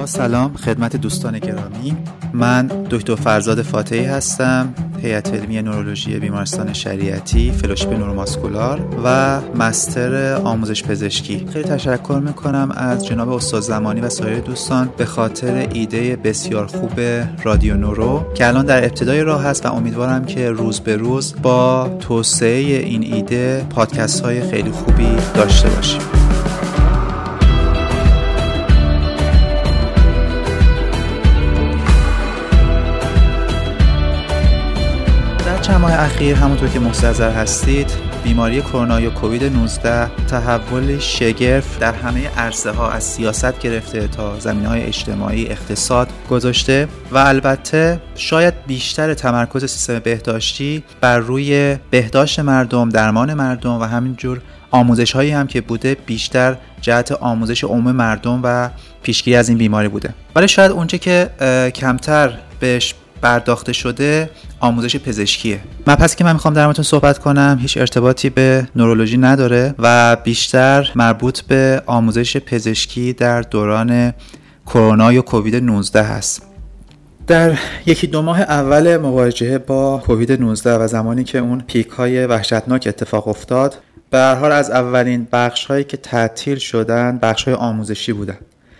با سلام خدمت دوستان گرامی، من دکتر فرزاد فاتحی هستم، هیئت علمی نورولوژی بیمارستان شریعتی، فلوشیپ نوروماسکولار و مستر آموزش پزشکی. خیلی تشکر میکنم از جناب استاد زمانی و سایر دوستان به خاطر ایده بسیار خوب رادیو نورو که الان در ابتدای راه هست و امیدوارم که روز به روز با توسعه این ایده پادکست های خیلی خوبی داشته باشیم. چند ماه اخیر همونطور که مستحضر هستید بیماری کرونا یا کووید 19 تحول شگرف در همه عرصه ها از سیاست گرفته تا زمینه‌های اجتماعی، اقتصاد گذاشته و البته شاید بیشتر تمرکز سیستم بهداشتی بر روی بهداشت مردم، درمان مردم و همینجور آموزش هایی هم که بوده بیشتر جهت آموزش عموم مردم و پیشگیری از این بیماری بوده. ولی شاید اونچه که کمتر بهش پرداخته شده آموزش پزشکیه. مبحثی که من میخوام در موردش صحبت کنم هیچ ارتباطی به نورولوژی نداره و بیشتر مربوط به آموزش پزشکی در دوران کرونا یا کووید 19 هست. در یکی دو ماه اول مواجهه با کووید 19 و زمانی که اون پیک های وحشتناک اتفاق افتاد، به هر حال از اولین بخش هایی که تعطیل شدن بخش های آموزشی بودن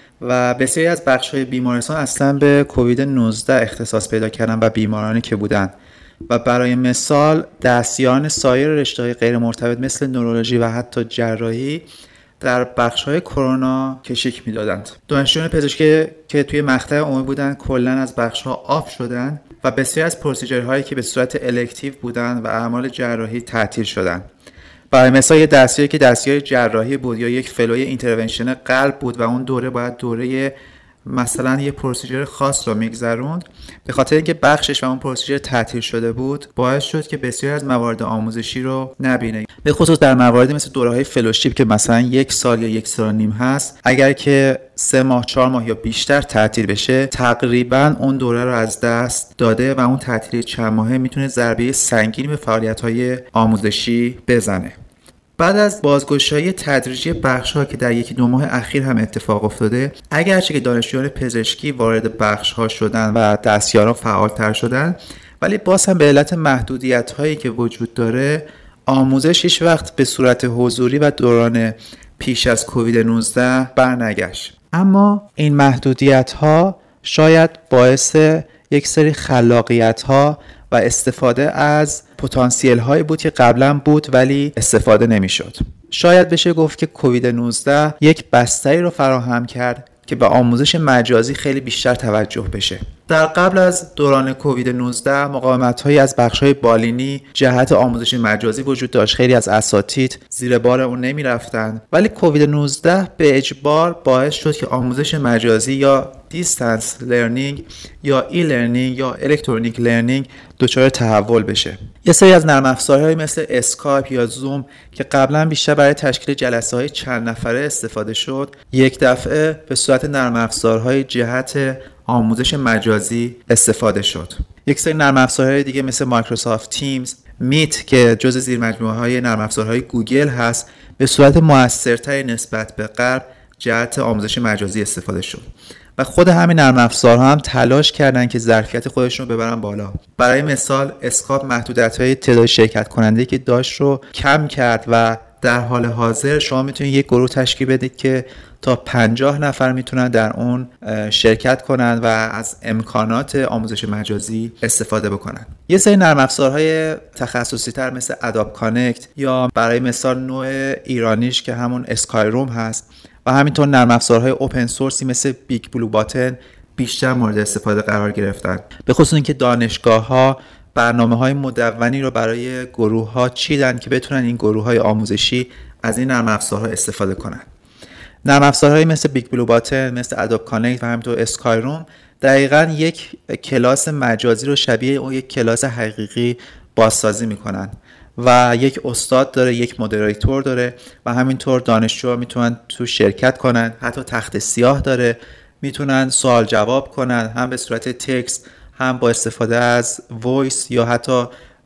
و بسیاری از بخش‌های بیمارستان اصلا به کووید 19 اختصاص پیدا کردن و بیمارانی که بودن و برای مثال دستیاران سایر رشته‌های غیر مرتبط مثل نورولوژی و حتی جراحی در بخش‌های کرونا کشیک می‌دادند. دانشجویان پزشکی که توی مقطع عمومی بودن کلاً از بخش‌ها آف شدن و بسیاری از پروسیجرهایی که به صورت الکتیو بودن و اعمال جراحی تعطیل شدن. برای مثال یه دستیاری که دستیار جراحی بود یا یک فلوی اینترونشن قلب بود و اون دوره باید دوره مثلا یه پروسیجر خاص رو میگذروند، به خاطر اینکه بخشش و اون پروسیجر تعطیل شده بود باعث شد که بسیاری از موارد آموزشی رو نبینه. به خصوص در مواردی مثل دوره‌های فلوشیپ که مثلا 1 سال یا 1 سال و نیم هست، اگر که 3 ماه 4 ماه یا بیشتر تعطیل بشه تقریبا اون دوره رو از دست داده و اون تعطیلی چند ماهه میتونه ضربه سنگینی به فعالیت‌های آموزشی بزنه. بعد از بازگشایی تدریجی بخش‌ها که در یکی دو ماه اخیر هم اتفاق افتاده، اگرچه که دانشجویان پزشکی وارد بخش‌ها شدن و دستیاران فعال‌تر شدن، ولی باز هم به علت محدودیت‌هایی که وجود داره آموزش هیچ وقت به صورت حضوری و دوران پیش از کووید 19 برنگشت. اما این محدودیت‌ها شاید باعث یک سری خلاقیت‌ها و استفاده از پتانسیل هایی بود که قبلا بود ولی استفاده نمیشد. شاید بشه گفت که کووید 19 یک بستری رو فراهم کرد که به آموزش مجازی خیلی بیشتر توجه بشه. در قبل از دوران کووید 19 مقاومت‌هایی از بخش‌های بالینی جهت آموزش مجازی وجود داشت. خیلی از اساتید زیر بار اون نمی‌رفتن، ولی کووید 19 به اجبار باعث شد که آموزش مجازی یا دیستنس لرنینگ یا ای لرنینگ یا الکترونیک لرنینگ دچار تحول بشه. یه سری از نرم افزارهایی مثل اسکایپ یا زوم که قبلا بیشتر برای تشکیل جلسه‌های چند نفره استفاده شد، یک دفعه به صورت نرم افزارهای جهت آموزش مجازی استفاده شد. یک سری نرم افزارهای دیگه مثل مایکروسافت تیمز، میت که جزء زیرمجموعه‌های نرم افزارهای گوگل هست، به صورت موثرتری نسبت به قبل جهت آموزش مجازی استفاده شد. و خود همین نرم افزارها هم تلاش کردن که ظرفیت خودشون رو ببرن بالا. برای مثال اسکاپ محدودیت‌های تعداد شرکت کننده که داشت رو کم کرد و در حال حاضر شما میتونید یک گروه تشکیل بدید که تا 50 نفر میتونن در اون شرکت کنن و از امکانات آموزش مجازی استفاده بکنن. یه سری نرم افزارهای تخصصی تر مثل اداب کانکت یا برای مثال نوع ایرانیش که همون اسکایروم هست و همینطور نرم افزارهای اوپن سورسی مثل بیگ بلو باتن بیشتر مورد استفاده قرار گرفتن. به خصوص اینکه دانشگاه‌ها برنامه‌های مدونی رو برای گروه‌ها چیدن که بتونن این گروه‌های آموزشی از این نرم افزارها استفاده کنن. نرم افزارهایی مثل بیگ بلو باتن، مثل اداب کانکت و همینطور اسکایروم دقیقاً یک کلاس مجازی رو شبیه اون یک کلاس حقیقی بازسازی میکنن و یک استاد داره، یک مدیریتور داره و همینطور دانشجوها میتونن تو شرکت کنن. حتی تخت سیاه داره، میتونن سوال جواب کنن، هم به صورت تکست هم با استفاده از وایس یا حتی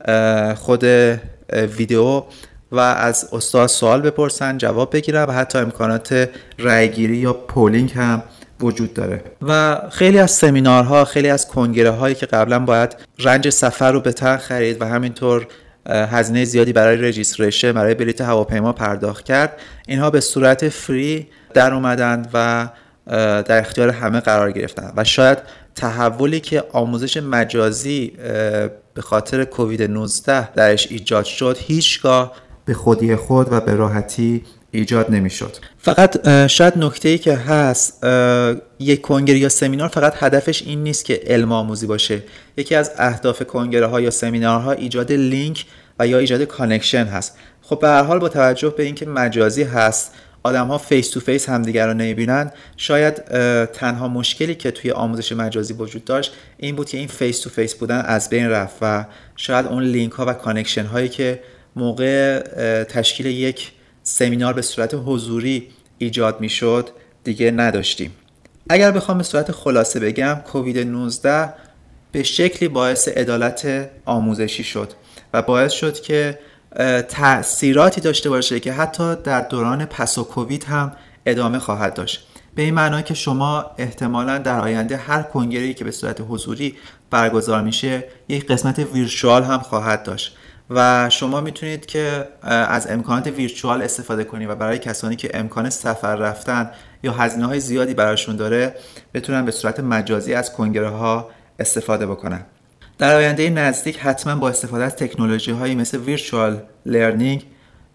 خود ویدیو و از استاد سوال بپرسن، جواب بگیرن و حتی امکانات رأیگیری یا پولینگ هم وجود داره و خیلی از سمینارها، خیلی از کنگره هایی که قبلا باید رنج سفر رو به تن خرید و همینطور هزینه زیادی برای رجیستریشن، برای بلیط هواپیما پرداخت کرد، اینها به صورت فری در اومدن و در اختیار همه قرار گرفتن و شاید تحولی که آموزش مجازی به خاطر کووید 19 درش ایجاد شد هیچگاه به خودی خود و به راحتی ایجاد نمیشد. فقط شاید نکته‌ای که هست، یک کنگره یا سمینار فقط هدفش این نیست که علم آموزی باشه. یکی از اهداف کنگره ها یا سمینارها ایجاد لینک و یا ایجاد کانکشن هست. خب به هر حال با توجه به اینکه مجازی هست، آدم ها فیس تو فیس همدیگر رو نمیبینن، شاید تنها مشکلی که توی آموزش مجازی وجود داشت این بود که این فیس تو فیس بودن از بین رفت و شاید اون لینک ها و کانکشن هایی که موقع تشکیل یک سمینار به صورت حضوری ایجاد میشد دیگه نداشتیم. اگر بخوام به صورت خلاصه بگم، کووید 19 به شکلی باعث عدالت آموزشی شد و باعث شد که تأثیراتی داشته باشه که حتی در دوران پس و کووید هم ادامه خواهد داشت. به این معنی که شما احتمالاً در آینده هر کنگره‌ای که به صورت حضوری برگزار میشه یک قسمت ویرچوال هم خواهد داشت و شما میتونید که از امکانات ویرچوال استفاده کنید و برای کسانی که امکان سفر رفتن یا هزینه‌های زیادی براشون داره بتونن به صورت مجازی از کنگره ها استفاده بکنن. در آینده نزدیک حتما با استفاده از تکنولوژی‌هایی مثل ویرچوال لرنینگ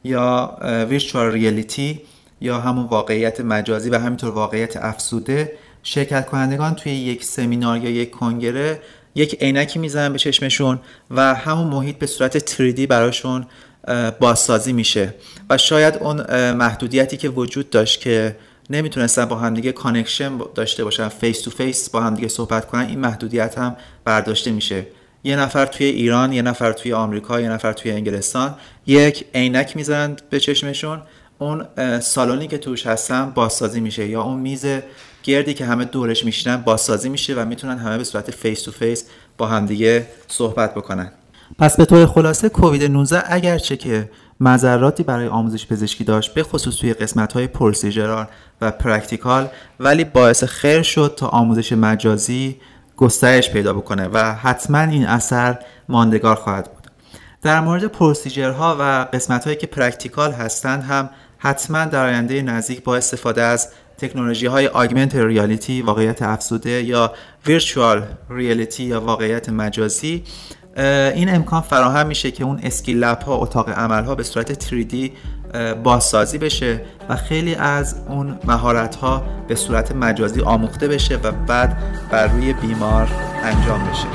یا ویرچوال ریالیتی یا همون واقعیت مجازی و همینطور واقعیت افزوده، شرکت کنندگان توی یک سمینار یا یک کنگره یک عینکی میزنن به چشمشون و همون محیط به صورت 3D براشون بازسازی میشه و شاید اون محدودیتی که وجود داشت که نمیتونستن با همدیگه کانکشن داشته باشن، فیس تو فیس با همدیگه صحبت کنن، این محدودیت هم برداشته میشه. یه نفر توی ایران، یه نفر توی آمریکا، یه نفر توی انگلستان یک عینک میزنن به چشمشون، اون سالونی که توش هستن بازسازی میشه یا اون میز گردی که همه دورش میشینن بازسازی میشه و میتونن همه به صورت فیس تو فیس با همدیگه صحبت بکنن. پس به طور خلاصه کووید 19 اگرچه که مضراتی برای آموزش پزشکی داشت، به خصوص توی قسمت‌های پروسیجرال و پرکتیکال، ولی باعث خیر شد تا آموزش مجازی گسترش پیدا بکنه و حتما این اثر ماندگار خواهد بود. در مورد پروسیجرها و قسمت‌هایی که پرکتیکال هستند هم حتما در آینده نزدیک با استفاده از تکنولوژی‌های آگمنتد ریالیتی، واقعیت افزوده، یا ویرچوال ریالیتی یا واقعیت مجازی، این امکان فراهم میشه که اون اسکیل لب ها، اتاق عمل ها به صورت 3D بازسازی بشه و خیلی از اون مهارت ها به صورت مجازی آموخته بشه و بعد بر روی بیمار انجام بشه.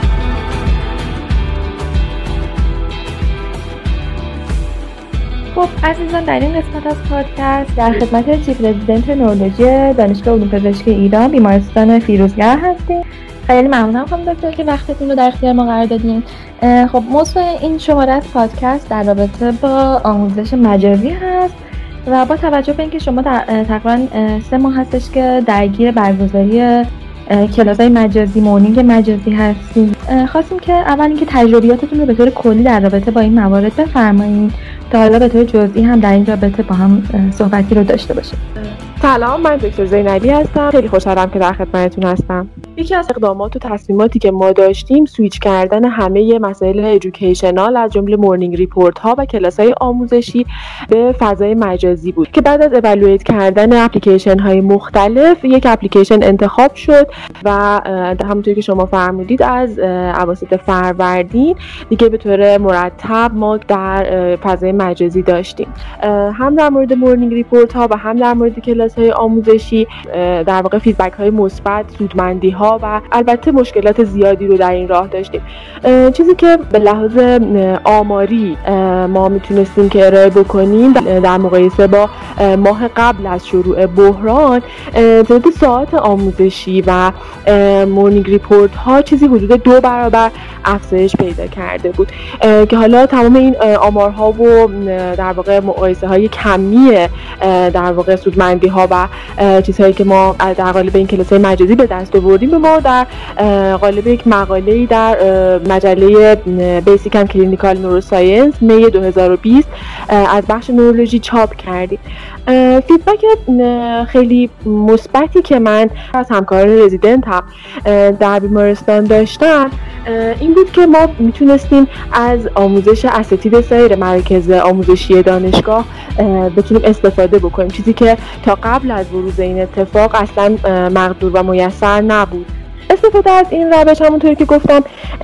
خب عزیزان، در این قسمت از پادکست در خدمت چیف رزیدنت نورولوژی دانشگاه علوم پزشکی ایران بیمارستان فیروزگر هستیم. خیلی ممنونم خانم دکتر که وقتتون رو در اختیار ما قرار دادین. خب موضوع این شماره از پادکست در رابطه با آموزش مجازی هست و با توجه به اینکه شما تقریبا 3 ماه هستش که درگیر برگزاری کلاس‌های مجازی، مورنینگ مجازی هستیم، خواستیم که اول اینکه تجربیاتتون رو به طور کلی در رابطه با این موارد بفرمایید تا حالا به طور جزئی هم در این رابطه با هم صحبتی رو داشته باشیم. سلام، من دکتر زینبی هستم. خیلی خوشحالم که در خدمتتون هستم. یکی از اقدامات و تصمیماتی که ما داشتیم سویچ کردن همه مسائل ادویکیشنال از جمله مورنینگ ریپورت ها و کلاس‌های آموزشی به فضای مجازی بود که بعد از اولویت کردن اپلیکیشن های مختلف یک اپلیکیشن انتخاب شد و همونطوری که شما فرمودید از اواسط فروردین دیگه به طور مرتب ما در فضای مجازی داشتیم، هم در مورد مورنینگ ریپورت ها و هم در مورد کلاس های آموزشی. در واقع فیدبک های مثبت، سودمندی ها و البته مشکلات زیادی رو در این راه داشتیم. چیزی که به لحاظ آماری ما میتونستیم که ارائه بکنیم در مقایسه با ماه قبل از شروع بحران، تعداد ساعات آموزشی و مورنینگ ریپورت ها چیزی حدود 2 برابر افزایش پیدا کرده بود که حالا تمام این آمارها و در واقع مقایسه های کمی در واقع سودمندی ها و چیزهایی که ما در قالب این کلاس های مجازی به دست آوردیم به ما در قالب یک مقاله‌ای در مجله بیسیک اند کلینیکال نوروساینس می 2020 از بخش نورولوژی چاپ کردیم. فیدبک خیلی مثبتی که من از همکاران رزیدنتم در بیمارستان داشتم این بود که ما میتونستیم از آموزش اساتید سایر مراکز آموزشی دانشگاه بتونیم استفاده بکنیم، چیزی که تا قبل از بروز این اتفاق اصلا مقدور و میسر نبود. استفاده از این روش همونطوری که گفتم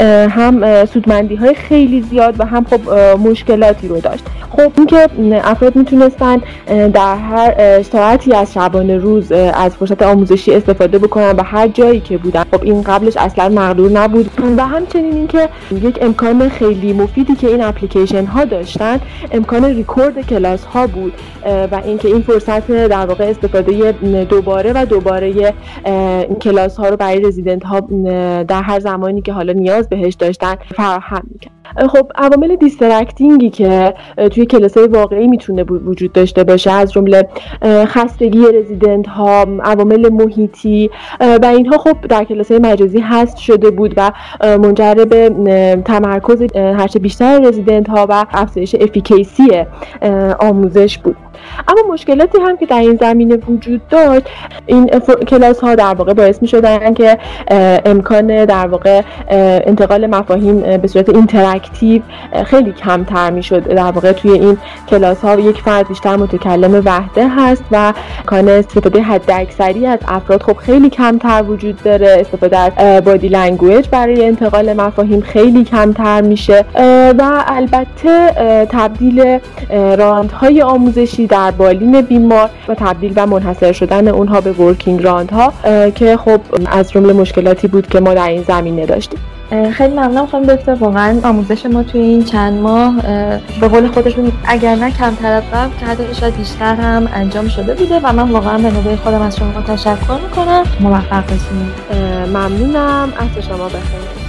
هم سودمندی های خیلی زیاد و هم خب مشکلاتی رو داشت. خب اینکه افراد میتونستن در هر ساعتی از شبانه روز از فرصت آموزشی استفاده بکنن و هر جایی که بودن، خب این قبلش اصلا مقدور نبود. و همچنین اینکه یک امکان خیلی مفیدی که این اپلیکیشن ها داشتن امکان ریکورد کلاس ها بود و اینکه این فرصت در واقع استفاده دوباره این کلاس ها رو برای رزیدنت ها در هر زمانی که حالا نیاز بهش داشتن فراهم می‌کرد. خب عوامل دیسترکتینگی که توی کلاس‌های واقعی میتونه وجود داشته باشه از جمله خستگی رزیدنت ها، عوامل محیطی و اینها خب در کلاس‌های مجازی حذف شده بود و منجر به تمرکز هرچه بیشتر رزیدنت ها و افزایش افیکیسی آموزش بود. اما مشکلاتی هم که در این زمینه وجود داشت، این کلاس ها در واقع باعث می شدن که امکان در واقع انتقال مفاهیم به صورت اینتراکتیو خیلی کمتر می شد. در واقع توی این کلاس ها یک فرد بیشتر متکلم وحده هست و امکان استفاده حداکثری از افراد خب خیلی کمتر وجود داره. استفاده از بادی لنگویج برای انتقال مفاهیم خیلی کمتر میشه و البته تبدیل راندهای آموزشی در بالین بیمار و تبدیل و منحصر شدن اونها به ورکینگ راند ها که خب از جمله مشکلاتی بود که ما در این زمینه داشتیم. خیلی ممنونم خانم دکتر. واقعا آموزش ما توی این چند ماه به قول خودشون اگر نه کمتر از قبل که حتی شاید بیشتر هم انجام شده بوده و من واقعا به نوبه خودم از شما تشکر میکنم. موفق باشید. ممنونم. عصر شما بخیر.